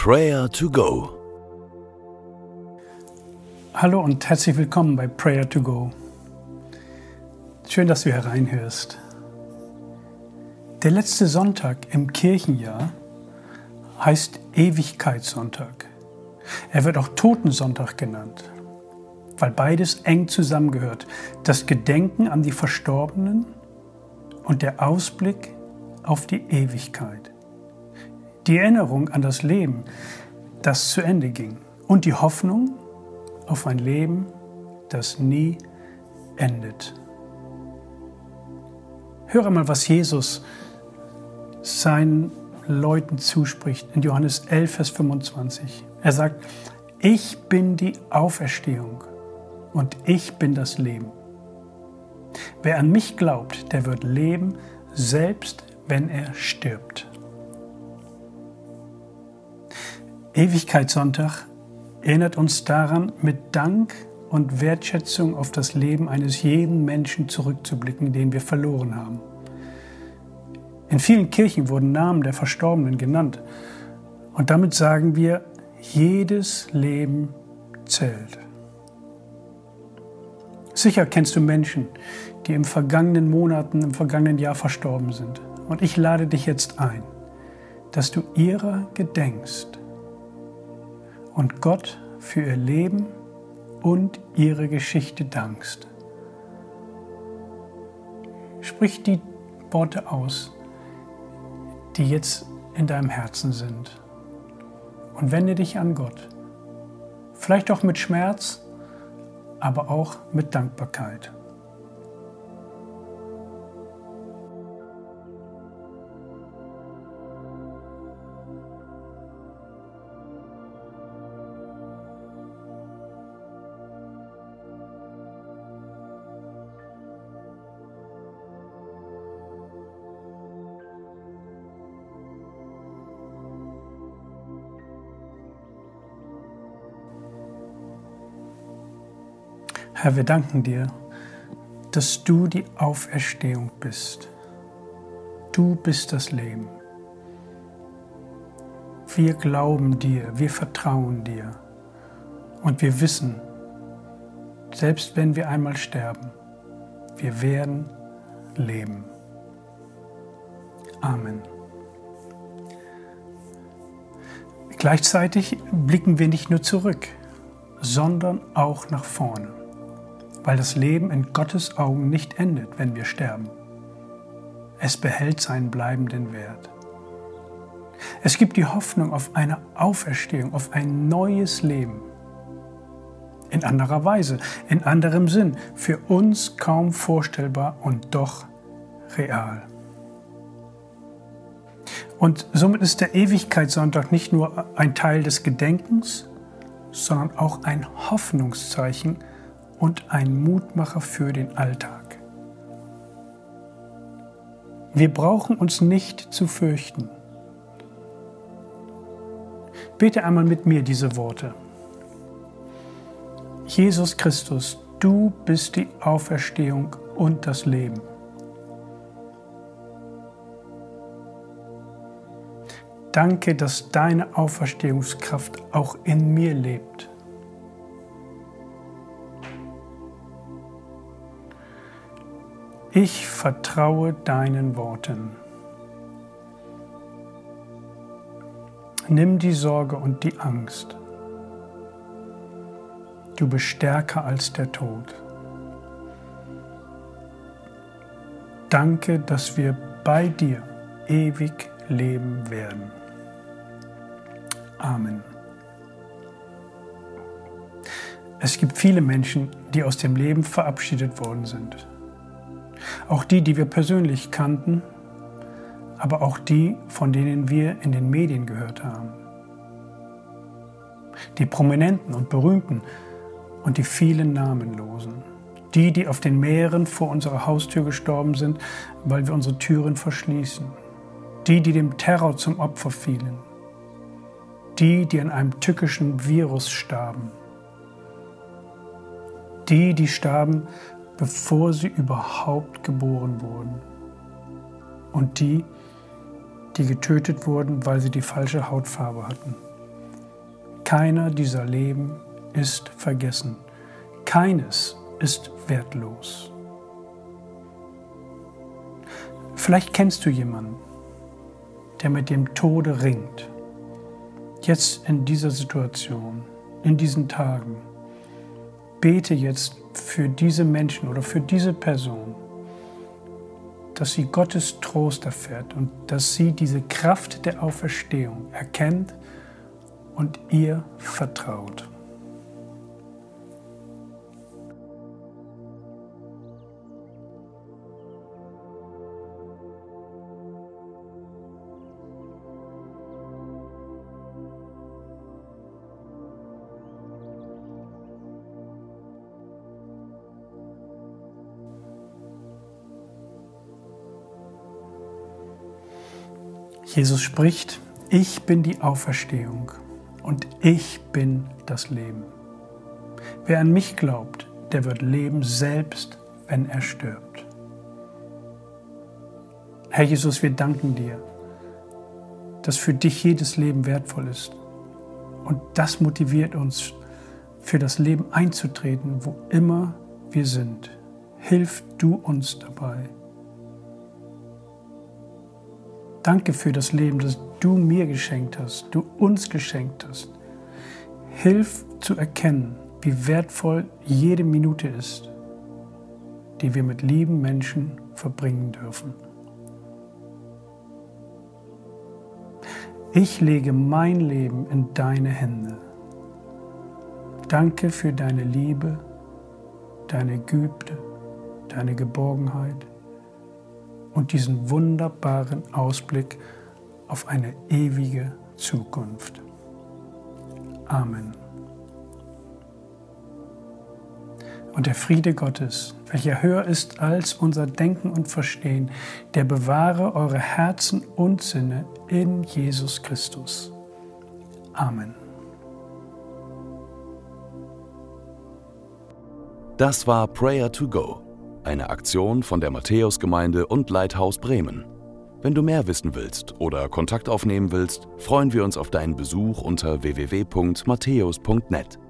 Prayer to Go. Hallo und herzlich willkommen bei Prayer to Go. Schön, dass du hereinhörst. Der letzte Sonntag im Kirchenjahr heißt Ewigkeitssonntag. Er wird auch Totensonntag genannt, weil beides eng zusammengehört. Das Gedenken an die Verstorbenen und der Ausblick auf die Ewigkeit. Die Erinnerung an das Leben, das zu Ende ging. Und die Hoffnung auf ein Leben, das nie endet. Höre mal, was Jesus seinen Leuten zuspricht in Johannes 11, Vers 25. Er sagt, ich bin die Auferstehung und ich bin das Leben. Wer an mich glaubt, der wird leben, selbst wenn er stirbt. Ewigkeitssonntag erinnert uns daran, mit Dank und Wertschätzung auf das Leben eines jeden Menschen zurückzublicken, den wir verloren haben. In vielen Kirchen wurden Namen der Verstorbenen genannt. Und damit sagen wir, jedes Leben zählt. Sicher kennst du Menschen, die im vergangenen Monaten, im vergangenen Jahr verstorben sind. Und ich lade dich jetzt ein, dass du ihrer gedenkst und Gott für ihr Leben und ihre Geschichte dankst. Sprich die Worte aus, die jetzt in deinem Herzen sind. Und wende dich an Gott. Vielleicht auch mit Schmerz, aber auch mit Dankbarkeit. Herr, wir danken dir, dass du die Auferstehung bist. Du bist das Leben. Wir glauben dir, wir vertrauen dir und wir wissen, selbst wenn wir einmal sterben, wir werden leben. Amen. Gleichzeitig blicken wir nicht nur zurück, sondern auch nach vorne. Weil das Leben in Gottes Augen nicht endet, wenn wir sterben. Es behält seinen bleibenden Wert. Es gibt die Hoffnung auf eine Auferstehung, auf ein neues Leben. In anderer Weise, in anderem Sinn, für uns kaum vorstellbar und doch real. Und somit ist der Ewigkeitssonntag nicht nur ein Teil des Gedenkens, sondern auch ein Hoffnungszeichen und ein Mutmacher für den Alltag. Wir brauchen uns nicht zu fürchten. Bete einmal mit mir diese Worte. Jesus Christus, du bist die Auferstehung und das Leben. Danke, dass deine Auferstehungskraft auch in mir lebt. Ich vertraue deinen Worten. Nimm die Sorge und die Angst. Du bist stärker als der Tod. Danke, dass wir bei dir ewig leben werden. Amen. Es gibt viele Menschen, die aus dem Leben verabschiedet worden sind. Auch die, die wir persönlich kannten, aber auch die, von denen wir in den Medien gehört haben. Die Prominenten und Berühmten und die vielen Namenlosen. Die, die auf den Meeren vor unserer Haustür gestorben sind, weil wir unsere Türen verschließen. Die, die dem Terror zum Opfer fielen. Die, die an einem tückischen Virus starben. Die, die starben, bevor sie überhaupt geboren wurden. Und die, die getötet wurden, weil sie die falsche Hautfarbe hatten. Keiner dieser Leben ist vergessen. Keines ist wertlos. Vielleicht kennst du jemanden, der mit dem Tode ringt. Jetzt in dieser Situation, in diesen Tagen. Bete jetzt für diese Menschen oder für diese Person, dass sie Gottes Trost erfährt und dass sie diese Kraft der Auferstehung erkennt und ihr vertraut. Jesus spricht: Ich bin die Auferstehung und ich bin das Leben. Wer an mich glaubt, der wird leben, selbst wenn er stirbt. Herr Jesus, wir danken dir, dass für dich jedes Leben wertvoll ist. Und das motiviert uns, für das Leben einzutreten, wo immer wir sind. Hilf du uns dabei. Danke für das Leben, das du mir geschenkt hast, du uns geschenkt hast. Hilf zu erkennen, wie wertvoll jede Minute ist, die wir mit lieben Menschen verbringen dürfen. Ich lege mein Leben in deine Hände. Danke für deine Liebe, deine Güte, deine Geborgenheit und diesen wunderbaren Ausblick auf eine ewige Zukunft. Amen. Und der Friede Gottes, welcher höher ist als unser Denken und Verstehen, der bewahre eure Herzen und Sinne in Jesus Christus. Amen. Das war Prayer to Go, eine Aktion von der Matthäusgemeinde und Lighthouse Bremen. Wenn du mehr wissen willst oder Kontakt aufnehmen willst, freuen wir uns auf deinen Besuch unter www.matthäus.net.